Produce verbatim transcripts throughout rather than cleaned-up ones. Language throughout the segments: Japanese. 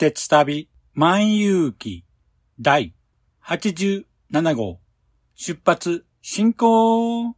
鉄旅万有記第はちじゅうなな号出発進行。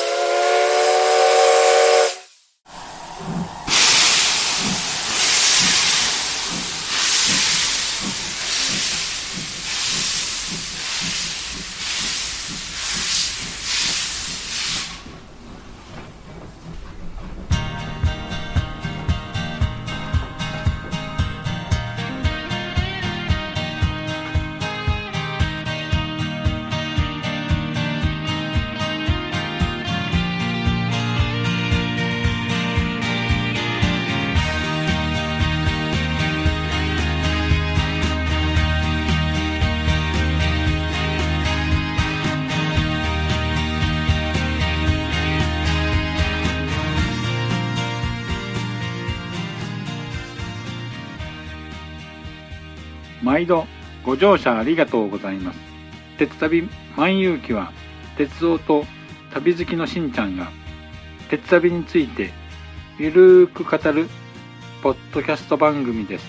毎度ご乗車ありがとうございます。鉄旅万有記は鉄道と旅好きのしんちゃんが鉄旅についてゆるーく語るポッドキャスト番組です。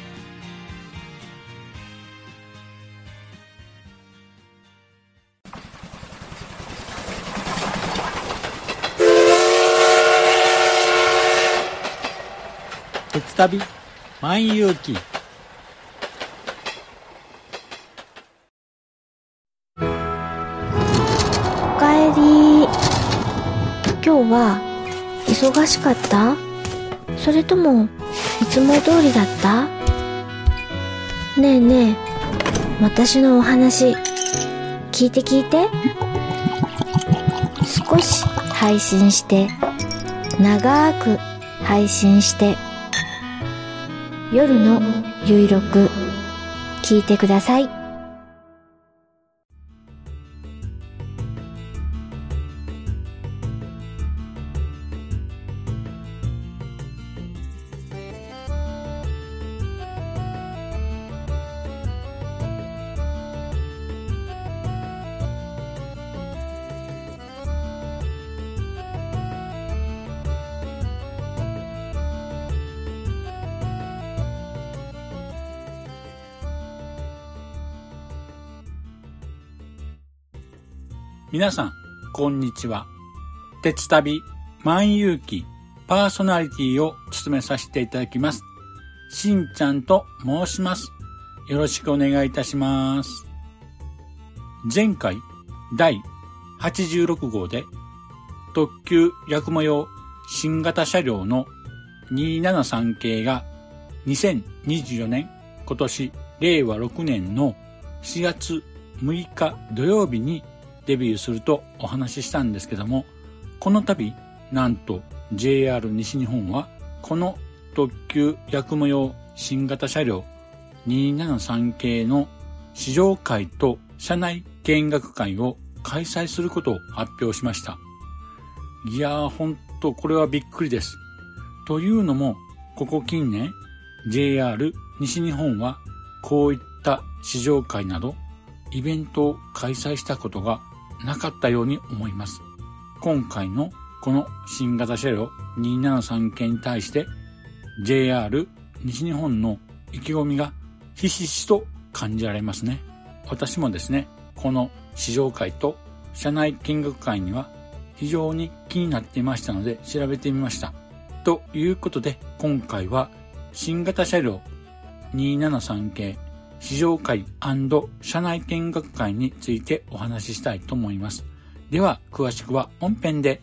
鉄旅万有記。 今日は忙しかった？それともいつも通りだった？ねえねえ、私のお話聞いて聞いて。少し配信して長く配信して夜のゆいろく聞いてください。 皆さんこんにちは。鉄旅万有記パーソナリティを務めさせていただきますしんちゃんと申します。よろしくお願いいたします。前回第はちじゅうろく号で特急やくも用新型車両のにーななさん系がにせんにじゅうよねん今年れいわろくねんのしがつむいか土曜日にデビューするとお話ししたんですけども、この度なんと ジェイアール 西日本はこの特急やくも用新型車両にーななさん系の試乗会と車内見学会を開催することを発表しました。いやーほんとこれはびっくりです。というのもここ近年 ジェイアール 西日本はこういった試乗会などイベントを開催したことがなかったように思います。今回のこの新型車両にーななさん系に対して ジェイアール 西日本の意気込みがひしひしと感じられますね。私もですね、この試乗会と車内見学会には非常に気になっていましたので調べてみました。ということで今回は新型車両にーななさん系試乗会&車内見学会についてお話ししたいと思います。では詳しくは本編で。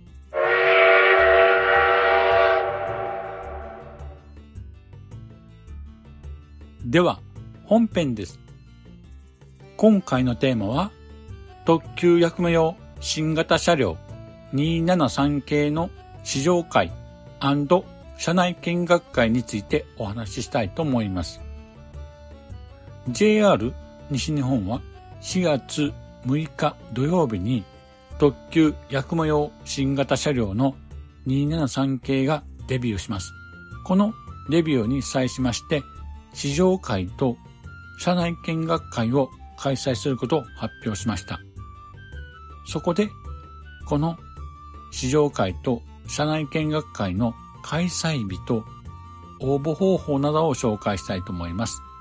では本編です。今回のテーマは特急やくも用新型車両にーななさん系の試乗会&車内見学会についてお話ししたいと思います。ジェイアール 西日本はしがつむいか土曜日に特急やくも用新型車両のにーななさん系がデビューします。このデビューに際しまして試乗会と車内見学会を開催することを発表しました。そこでこの試乗会と車内見学会の開催日と応募方法などを紹介したいと思います。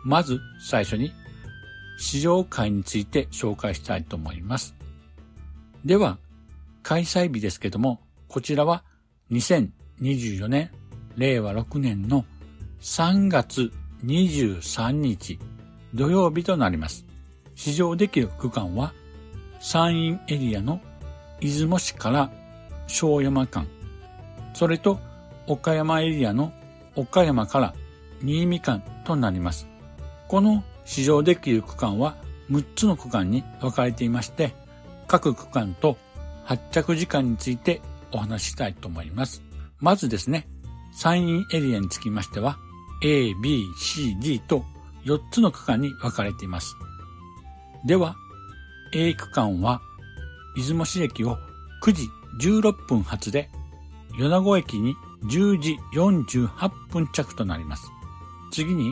まず最初に試乗会について紹介したいと思います。では、開催日ですけども、こちらはにせんにじゅうよねん、れいわろくねんのさんがつにじゅうさんにち土曜日となります。試乗できる区間は山陰エリアの出雲市から庄山間、それと岡山エリアの岡山から新見間となります。この試乗できる区間はむっつの区間に分かれていまして、各区間と発着時間についてお話ししたいと思います。まずですね、山陰エリアにつきましては A、B、C、D とよっつの区間に分かれています。では、A 区間は出雲市駅をくじじゅうろっぷん発で米子駅にじゅうじよんじゅうはっぷん着となります。次に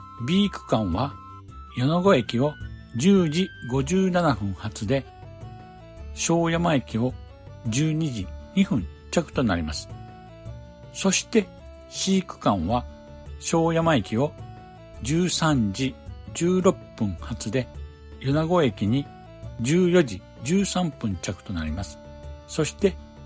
B 区間は米子駅をじゅうじごじゅうななふん発で庄山駅をじゅうにじにふん着となります。そして C 区間は庄山駅をじゅうさんじじゅうろっぷん発で米子駅にじゅうよじじゅうさんぷん着となります。そして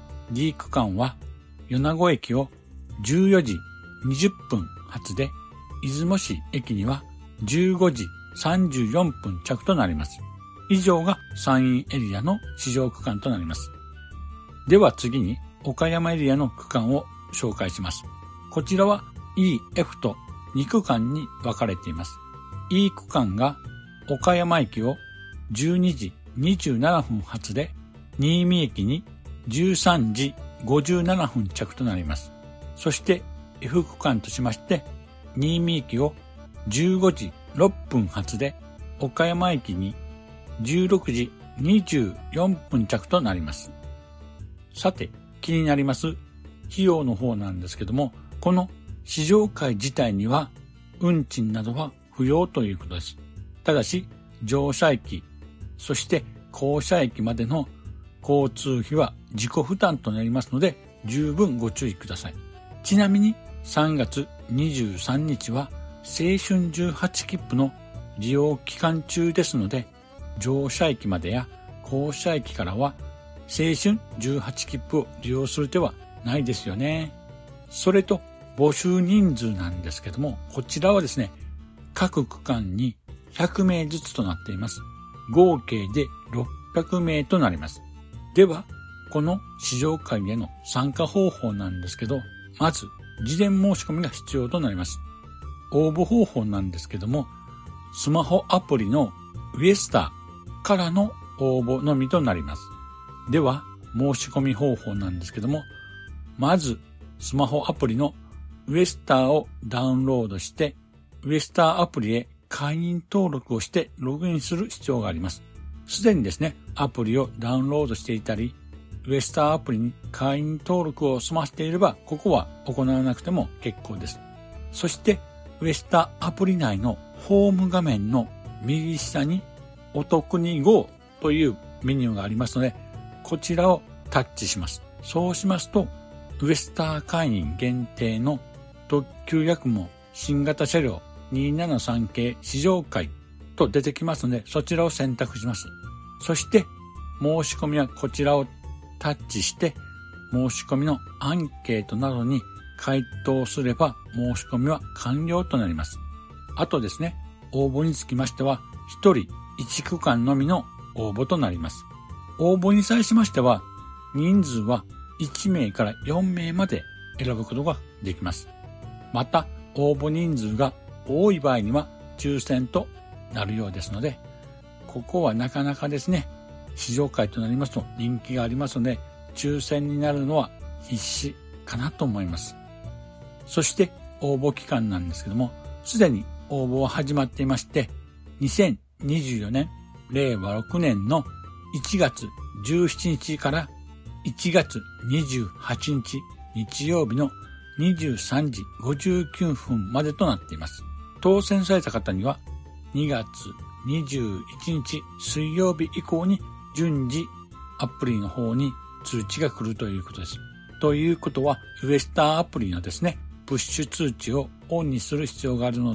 D 区間は米子駅をじゅうよじにじゅっぷん発で出雲市駅にはじゅうごじさんじゅうよんぷん着となります。以上が山陰エリアの試乗区間となります。では次に岡山エリアの区間を紹介します。こちらは E、F とにくかんに分かれています。E 区間が岡山駅をじゅうにじにじゅうななふん発で新見駅にじゅうさんじごじゅうななふん着となります。そして F 区間としまして新見駅をじゅうごじろっぷん発で岡山駅にじゅうろくじにじゅうよんぷん着となります。さて気になります費用の方なんですけども、この試乗会自体には運賃などは不要ということです。ただし乗車駅、そして降車駅までの交通費は自己負担となりますので十分ご注意ください。ちなみにさんがつにじゅうさんにちは青春じゅうはち切符の利用期間中ですので、乗車駅までや降車駅からは青春じゅうはち切符を利用する手はないですよね。それと募集人数なんですけども、こちらはですね、各区間にひゃくめいずつとなっています。合計でろっぴゃくめいとなります。では、この試乗会への参加方法なんですけど、まず事前申し込みが必要となります。応募方法なんですけども、スマホアプリのウエスターからの応募のみとなります。では、申し込み方法なんですけども、まずスマホアプリのウエスターをダウンロードして、ウエスターアプリへ会員登録をしてログインする必要があります。すでにですね、アプリをダウンロードしていたり、ウエスターアプリに会員登録を済ませていれば、ここは行わなくても結構です。そして、ウエスターアプリ内のホーム画面の右下にお得に ゴー というメニューがありますので、こちらをタッチします。そうしますと、ウエスター会員限定の特急やくも新型車両にーななさん系試乗会と出てきますので、そちらを選択します。そして、申し込みはこちらをタッチして、申し込みのアンケートなどに回答すれば申し込みは完了となります。あとですね、応募につきましては、ひとりいち区間のみの応募となります。応募に際しましては、人数はいちめいからよんめいまで選ぶことができます。また、応募人数が多い場合には抽選となるようですので、ここはなかなかですね、試乗会となりますと人気がありますので、抽選になるのは必至かなと思います。そして応募期間なんですけども、すでに応募は始まっていまして、にせんにじゅうよねんれいわろくねんのいちがつじゅうしちにちからいちがつにじゅうはちにち日曜日のにじゅうさんじごじゅうきゅうふんまでとなっています。当選された方にはにがつにじゅういちにち水曜日以降に順次アプリの方に通知が来るということです。ということはウエスターアプリのですね、プッシュ通知をオンにする必要があるので、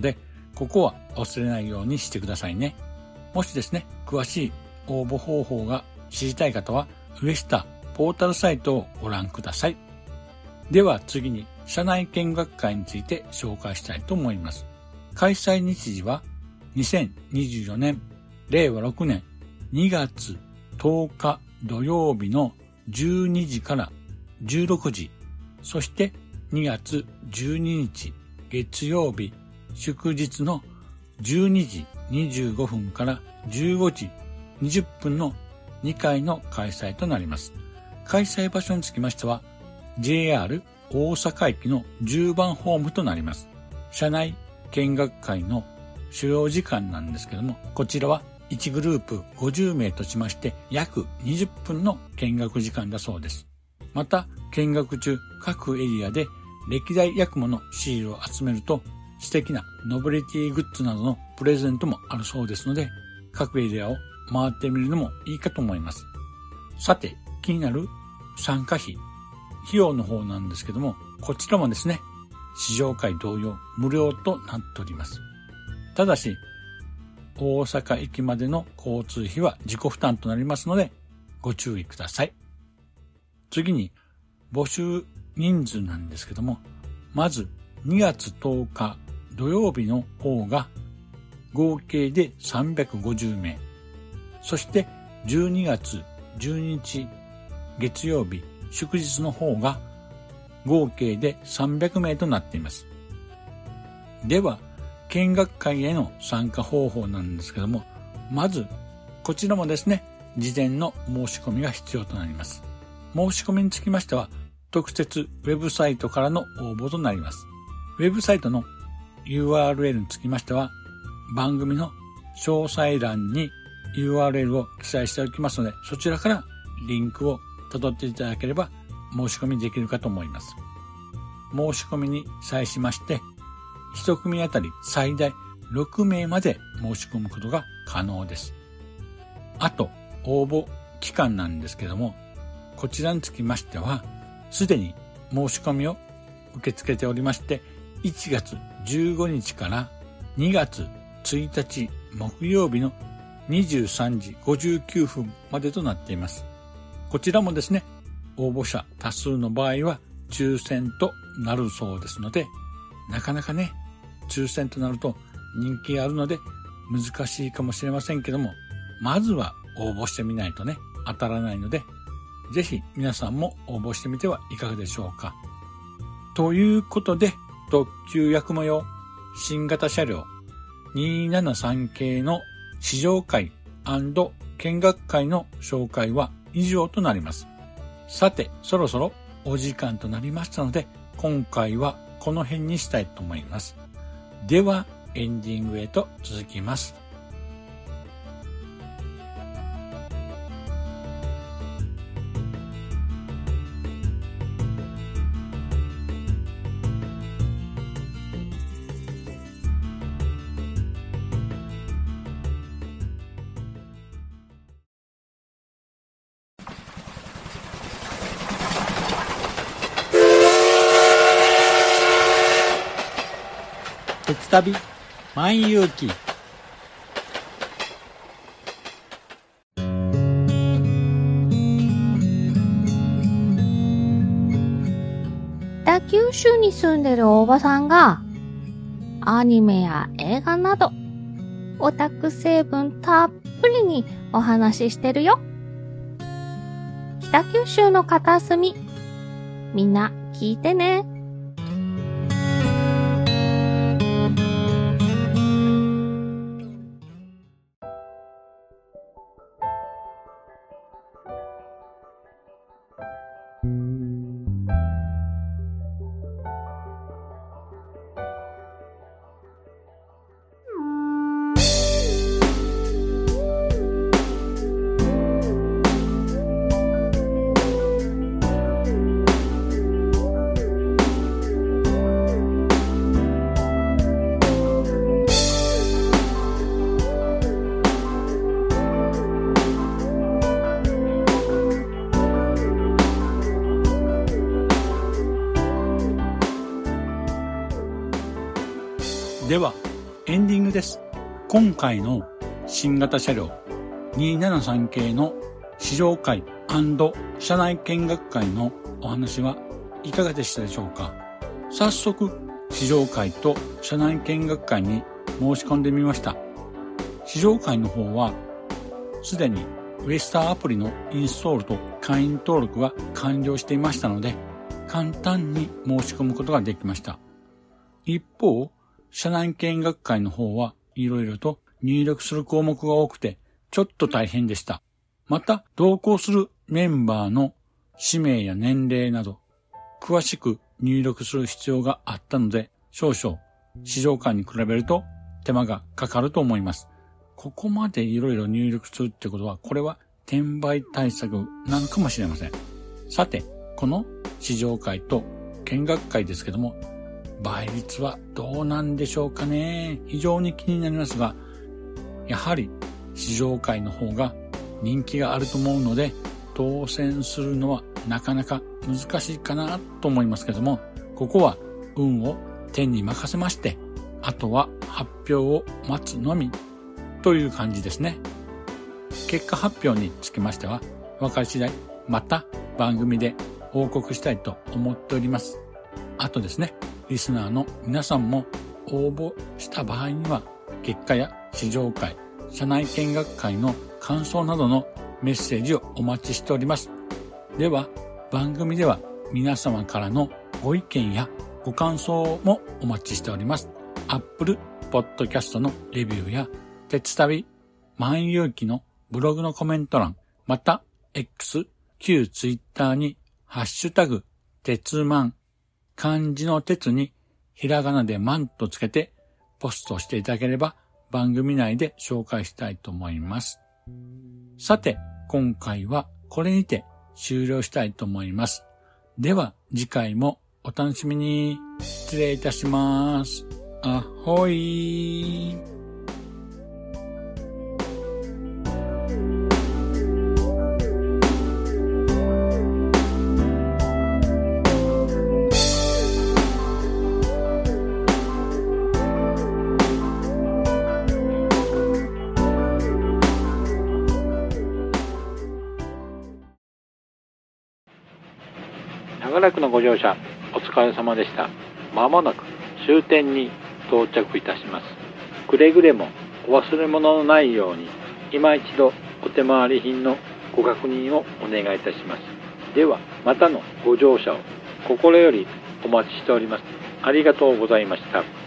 ここは忘れないようにしてくださいね。もしですね、詳しい応募方法が知りたい方は、ウエスターポータルサイトをご覧ください。では次に、社内見学会について紹介したいと思います。開催日時は、にせんにじゅうよねん、れいわろくねんにがつとおか土曜日のじゅうにじからじゅうろくじ、そしてにがつじゅうににち月曜日祝日のじゅうにじにじゅうごふんからじゅうごじにじゅっぷんのにかいの開催となります。開催場所につきましては ジェイアール 大阪駅のじゅうばんホームとなります。社内見学会の所要時間なんですけども、こちらはいちグループごじゅうめいとしまして約にじゅっぷんの見学時間だそうです。また見学中各エリアで歴代ヤクモのシールを集めると素敵なノベリティグッズなどのプレゼントもあるそうですので、各エリアを回ってみるのもいいかと思います。さて気になる参加費、費用の方なんですけども、こちらもですね、試乗会同様無料となっております。ただし大阪駅までの交通費は自己負担となりますのでご注意ください。次に募集人数なんですけども、まずにがつとおか土曜日の方が合計でさんびゃくごじゅうめい、そしてじゅうにがつじゅうににち月曜日祝日の方が合計でさんびゃくめいとなっています。では見学会への参加方法なんですけども、まずこちらもですね、事前の申し込みが必要となります。申し込みにつきましては特設ウェブサイトからの応募となります。ウェブサイトの ユーアールエル につきましては番組の詳細欄に ユーアールエル を記載しておきますので、そちらからリンクを辿っていただければ申し込みできるかと思います。申し込みに際しまして一組あたり最大ろくめいまで申し込むことが可能です。あと応募期間なんですけども、こちらにつきましてはすでに申し込みを受け付けておりまして、いちがつじゅうごにちからにがつついたち木曜日のにじゅうさんじごじゅうきゅうふんまでとなっています。こちらもですね、応募者多数の場合は抽選となるそうですので、なかなかね、抽選となると人気があるので難しいかもしれませんけども、まずは応募してみないとね、当たらないので、ぜひ皆さんも応募してみてはいかがでしょうか。ということで、特急やくも用新型車両にひゃくななじゅうさん系の試乗会&見学会の紹介は以上となります。さて、そろそろお時間となりましたので、今回はこの辺にしたいと思います。では、エンディングへと続きます。鉄旅万有記。 北九州に住んでるおばさんがアニメや映画などオタク成分たっぷりにお話ししてるよ。北九州の片隅、みんな聞いてね。 エンディングです。今回の新型車両にひゃくななじゅうさん系の試乗会&車内見学会のお話はいかがでしたでしょうか。早速試乗会と車内見学会に申し込んでみました。試乗会の方はすでにウエスターアプリのインストールと会員登録は完了していましたので、簡単に申し込むことができました。一方、車内見学会の方はいろいろと入力する項目が多くてちょっと大変でした。また、同行するメンバーの氏名や年齢など詳しく入力する必要があったので、少々試乗会に比べると手間がかかると思います。ここまでいろいろ入力するってことは、これは転売対策なのかもしれません。さて、この試乗会と見学会ですけども、倍率はどうなんでしょうかね。非常に気になりますが、やはり試乗会の方が人気があると思うので、当選するのはなかなか難しいかなと思いますけども、ここは運を天に任せまして、あとは発表を待つのみという感じですね。結果発表につきましては、分かり次第また番組で報告したいと思っております。あとですね、リスナーの皆さんも応募した場合には、結果や試乗会、車内見学会の感想などのメッセージをお待ちしております。では、番組では皆様からのご意見やご感想もお待ちしております。Apple Podcast のレビューや、鉄旅万有記のブログのコメント欄、また X、旧 Twitter にハッシュタグ、鉄マン、漢字の鉄にひらがなでマンとつけてポストしていただければ番組内で紹介したいと思います。さて、今回はこれにて終了したいと思います。では次回もお楽しみに。失礼いたします。あほい。 長らくのご乗車お疲れ様でした。まもなく終点に到着いたします。くれぐれもお忘れ物のないように今一度お手回り品のご確認をお願いいたします。ではまたのご乗車を心よりお待ちしております。ありがとうございました。